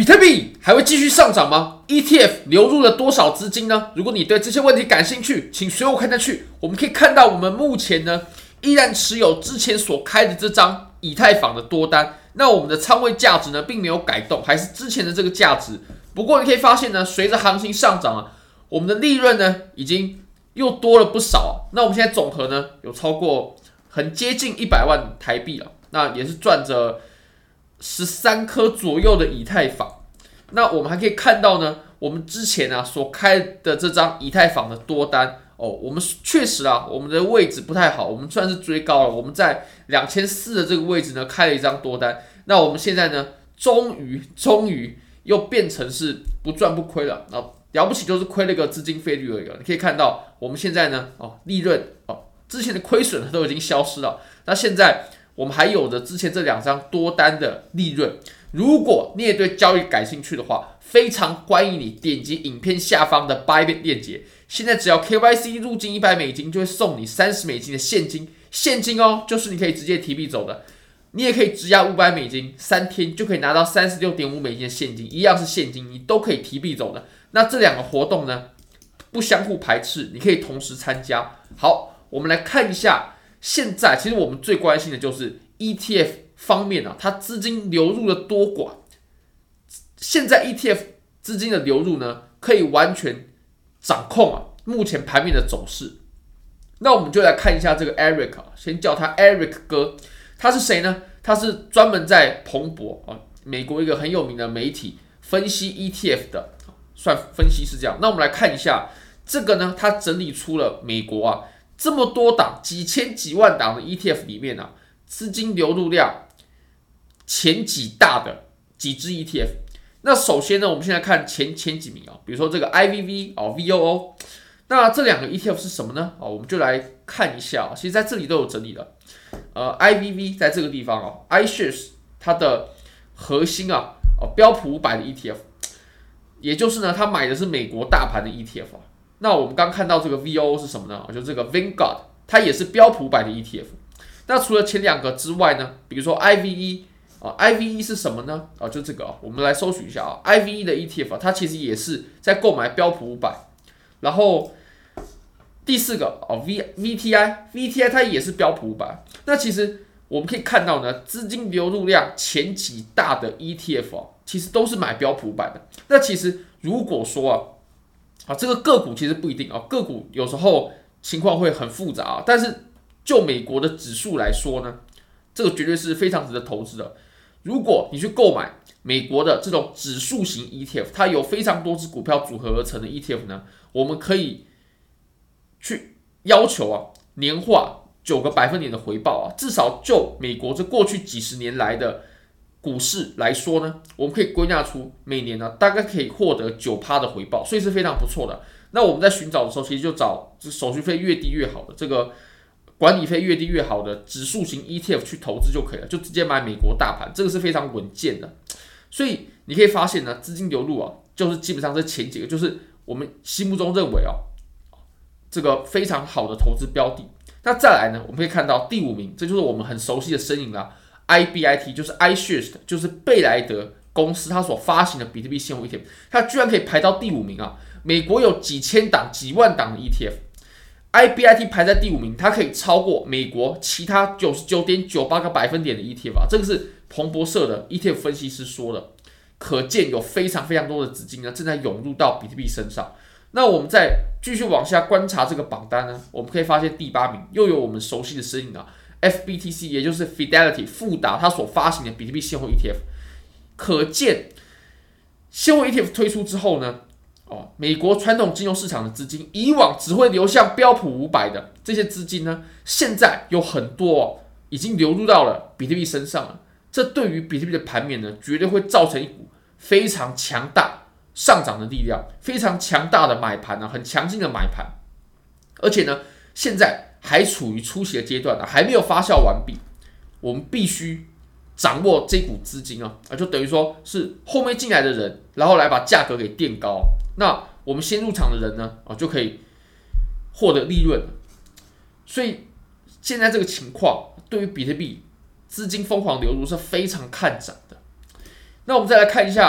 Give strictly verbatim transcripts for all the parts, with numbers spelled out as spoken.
比特币还会继续上涨吗 ？E T F 流入了多少资金呢？如果你对这些问题感兴趣，请随我看下去。我们可以看到，我们目前呢依然持有之前所开的这张以太坊的多单，那我们的仓位价值呢并没有改动，还是之前的这个价值。不过你可以发现呢，随着行情上涨啊，我们的利润呢已经又多了不少啊。那我们现在总和呢有超过很接近一百万台币了，那也是赚着十三颗左右的以太坊。那我们还可以看到呢，我们之前啊所开的这张以太坊的多单哦，我们确实啊，我们的位置不太好，我们算是追高了，我们在两千四的这个位置呢开了一张多单。那我们现在呢，终于终于又变成是不赚不亏了啊，了不起就是亏了个资金费率而已。你可以看到，我们现在呢，哦，利润哦，之前的亏损都已经消失了。那现在我们还有着之前这两张多单的利润。如果你也对交易感兴趣的话，非常欢迎你点击影片下方的 Bybit 链接。现在只要 K Y C 入金一百美金，就会送你三十美金的现金，现金哦，就是你可以直接提币走的。你也可以质押五百美金，三天就可以拿到 三十六点五美金的现金，一样是现金，你都可以提币走的。那这两个活动呢，不相互排斥，你可以同时参加。好，我们来看一下，现在其实我们最关心的就是 E T F 方面啊，它资金流入的多寡。现在 E T F 资金的流入呢，可以完全掌控啊目前盘面的走势。那我们就来看一下这个 Eric 啊，先叫他 Eric 哥，他是谁呢？他是专门在彭博啊，美国一个很有名的媒体分析 E T F 的，算分析是这样。那我们来看一下这个呢，他整理出了美国啊这么多档几千几万档的 E T F 里面啊，资金流入量前几大的几支 E T F。那首先呢，我们现在看前前几名啊，比如说这个 I V V 哦 V O O， 那这两个 E T F 是什么呢？我们就来看一下啊，其实在这里都有整理的。呃 ，I V V 在这个地方哦 ，iShares 它的核心啊，哦标普五百的 E T F， 也就是呢，它买的是美国大盘的 E T F 啊。那我们刚看到这个 V O O 是什么呢？就这个 Vanguard， 它也是标普五百的 E T F。那除了前两个之外呢，比如说 I V E。啊 ，I V E 是什么呢？啊，就这个啊，我们来搜取一下啊 ，I V E 的 E T F，、啊、它其实也是在购买标普五百。然后第四个哦 ，V VTI，V T I 它也是标普五百。那其实我们可以看到呢，资金流入量前几大的 E T F 哦，其实都是买标普五百的。那其实如果说啊，啊这个个股其实不一定啊，个股有时候情况会很复杂啊，但是就美国的指数来说呢，这个绝对是非常值得投资的。如果你去购买美国的这种指数型 E T F， 它有非常多只股票组合而成的 E T F 呢，我们可以去要求啊年化九个百分点的回报啊，至少就美国这过去几十年来的股市来说呢，我们可以归纳出每年呢大概可以获得 百分之九 的回报，所以是非常不错的。那我们在寻找的时候，其实就找手续费越低越好的这个。管理费越低越好的指数型 E T F 去投资就可以了，就直接买美国大盘，这个是非常稳健的。所以你可以发现呢，资金流入啊，就是基本上这前几个，就是我们心目中认为啊，这个非常好的投资标的。那再来呢，我们可以看到第五名，这就是我们很熟悉的身影啦 ，I B I T 就是 iShares， 就是贝莱德公司它所发行的比特币现货 E T F， 它居然可以排到第五名啊！美国有几千档、几万档的 E T F。I B I T 排在第五名，它可以超过美国其他 九十九点九八 个百分点的 E T F 啊，这个是彭博社的 E T F 分析师说的，可见有非常非常多的资金呢正在涌入到比特币身上。那我们再继续往下观察这个榜单呢，我们可以发现第八名又有我们熟悉的身影啊 ，F B T C， 也就是 Fidelity 富达它所发行的比特币现货 E T F， 可见现货 E T F 推出之后呢。哦，美国传统金融市场的资金，以往只会流向标普五百的这些资金呢，现在有很多、哦、已经流入到了比特币身上了。这对于比特币的盘面呢，绝对会造成一股非常强大上涨的力量，非常强大的买盘啊，很强劲的买盘。而且呢，现在还处于初期的阶段呢，还没有发酵完毕。我们必须掌握这股资金啊，就等于说是后面进来的人，然后来把价格给垫高。那我们先入场的人呢，哦，就可以获得利润。所以现在这个情况，对于比特币资金疯狂流入是非常看涨的。那我们再来看一下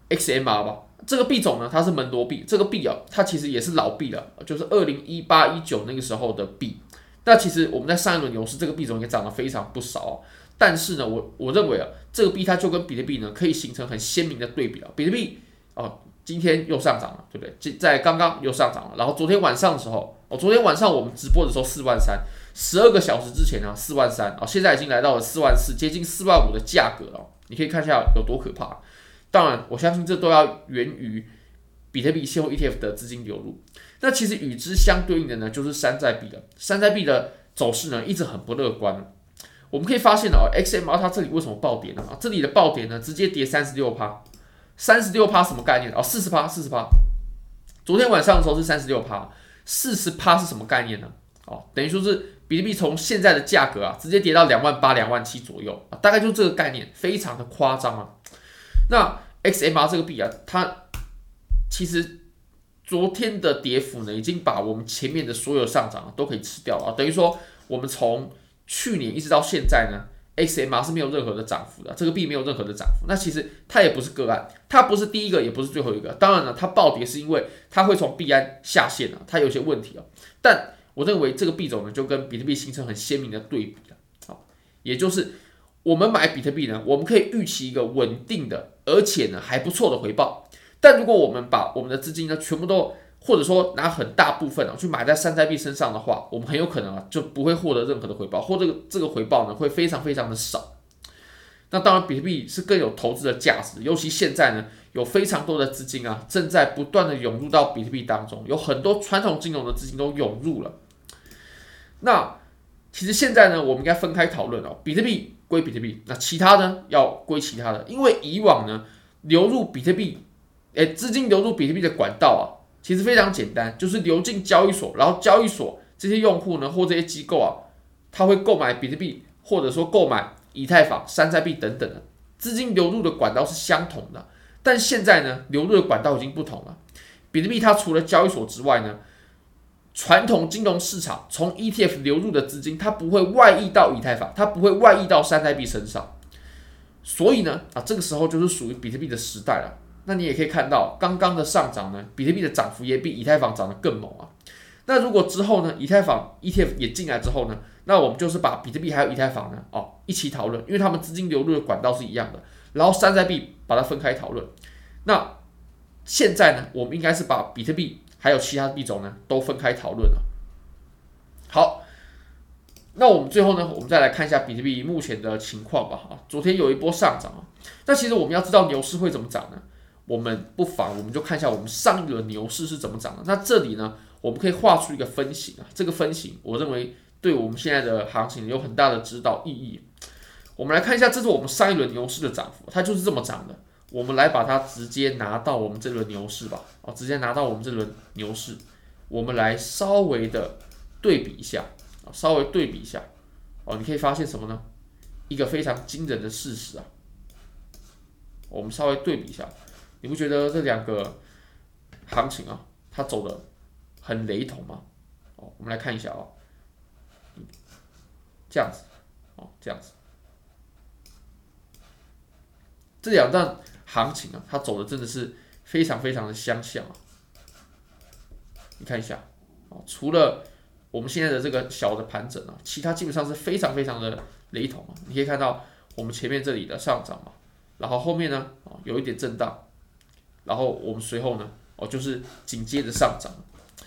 X M R 吧。这个币种呢，它是门罗币，这个币啊，它其实也是老币了，就是二零一八一九那个时候的币。那其实我们在上一轮牛市，这个币种也涨得非常不少、哦。但是呢，我我认为啊，这个币它就跟比特币呢，可以形成很鲜明的对比啊。比特币哦，今天又上涨了，对不对？在刚刚又上涨了，然后昨天晚上的时候，哦，昨天晚上我们直播的时候四万三，十二个小时之前呢四万三，哦，现在已经来到了四万四，接近四万五的价格了、哦。你可以看一下有多可怕。当然，我相信这都要源于比特币现货 E T F 的资金流入。那其实与之相对应的呢，就是山寨币了。山寨币的走势呢，一直很不乐观。我们可以发现哦 ，X M R 它这里为什么暴跌呢？这里的暴跌呢，直接跌 百分之三十六， 三十六% 什么概念？哦 ，百分之四十， 百分之四十。昨天晚上的时候是 百分之三十六， 百分之四十 是什么概念呢？哦，等于说是比特币从现在的价格啊，直接跌到两万八、两万七左右啊，大概就这个概念，非常的夸张啊。那 X M R 这个币啊，它其实昨天的跌幅呢，已经把我们前面的所有上涨、啊、都可以吃掉了啊。等于说，我们从去年一直到现在呢 ，X M R 是没有任何的涨幅的，这个币没有任何的涨幅。那其实它也不是个案，它不是第一个，也不是最后一个。当然了，它暴跌是因为它会从币安下线啊，它有些问题啊。但我认为这个币种呢，就跟比特币形成很鲜明的对比了。好，也就是我们买比特币呢，我们可以预期一个稳定的，而且呢还不错的回报。但如果我们把我们的资金呢全部都，或者说拿很大部分啊去买在山寨币身上的话，我们很有可能啊就不会获得任何的回报，或者这个这个回报呢会非常非常的少。那当然，比特币是更有投资的价值，尤其现在呢有非常多的资金啊正在不断的涌入到比特币当中，有很多传统金融的资金都涌入了。那其实现在呢，我们应该分开讨论哦，比特币归比特币，那其他呢要归其他的，因为以往呢流入比特币。哎，资金流入比特币的管道啊，其实非常简单，就是流进交易所，然后交易所这些用户呢，或这些机构啊，他会购买比特币，或者说购买以太坊、山寨币等等的，资金流入的管道是相同的。但现在呢，流入的管道已经不同了。比特币它除了交易所之外呢，传统金融市场从 E T F 流入的资金，它不会外溢到以太坊，它不会外溢到山寨币身上。所以呢，啊，这个时候就是属于比特币的时代了。那你也可以看到，刚刚的上涨呢，比特币的涨幅也比以太坊涨得更猛啊。那如果之后呢，以太坊 E T F 也进来之后呢，那我们就是把比特币还有以太坊呢，哦，一起讨论，因为它们资金流入的管道是一样的。然后山寨币把它分开讨论。那现在呢，我们应该是把比特币还有其他币种呢都分开讨论了。好，那我们最后呢，我们再来看一下比特币目前的情况吧。啊，昨天有一波上涨啊。那其实我们要知道牛市会怎么涨呢？我们不妨我们就看一下我们上一轮牛市是怎么涨的。那这里呢，我们可以画出一个分型啊，这个分型我认为对我们现在的行情有很大的指导意义。我们来看一下，这是我们上一轮牛市的涨幅，它就是这么涨的。我们来把它直接拿到我们这轮牛市吧，哦，直接拿到我们这轮牛市，我们来稍微的对比一下，稍微对比一下，哦，你可以发现什么呢？一个非常惊人的事实啊。我们稍微对比一下，你不觉得这两个行情啊，它走的很雷同吗？哦，我们来看一下啊、哦，这样子，哦，这样子，这两段行情啊，它走的真的是非常非常的相像啊。你看一下，哦，除了我们现在的这个小的盘整啊，其他基本上是非常非常的雷同啊。你可以看到我们前面这里的上涨嘛。然后后面呢，哦，有一点震荡，然后我们随后呢，哦，就是紧接着上涨。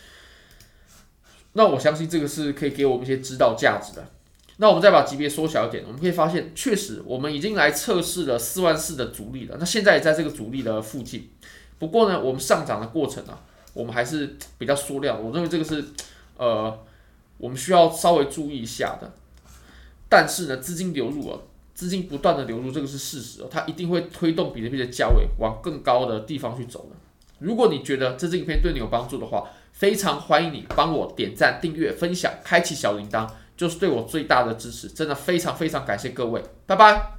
那我相信这个是可以给我们一些指导价值的。那我们再把级别缩小一点，我们可以发现，确实我们已经来测试了四万四的阻力了。那现在也在这个阻力的附近。不过呢，我们上涨的过程啊，我们还是比较缩量。我认为这个是呃，我们需要稍微注意一下的。但是呢，资金流入啊。资金不断的流入，这个是事实哦，它一定会推动比特币的价位往更高的地方去走的。如果你觉得这支影片对你有帮助的话，非常欢迎你帮我点赞、订阅、分享、开启小铃铛，就是对我最大的支持。真的非常非常感谢各位，拜拜。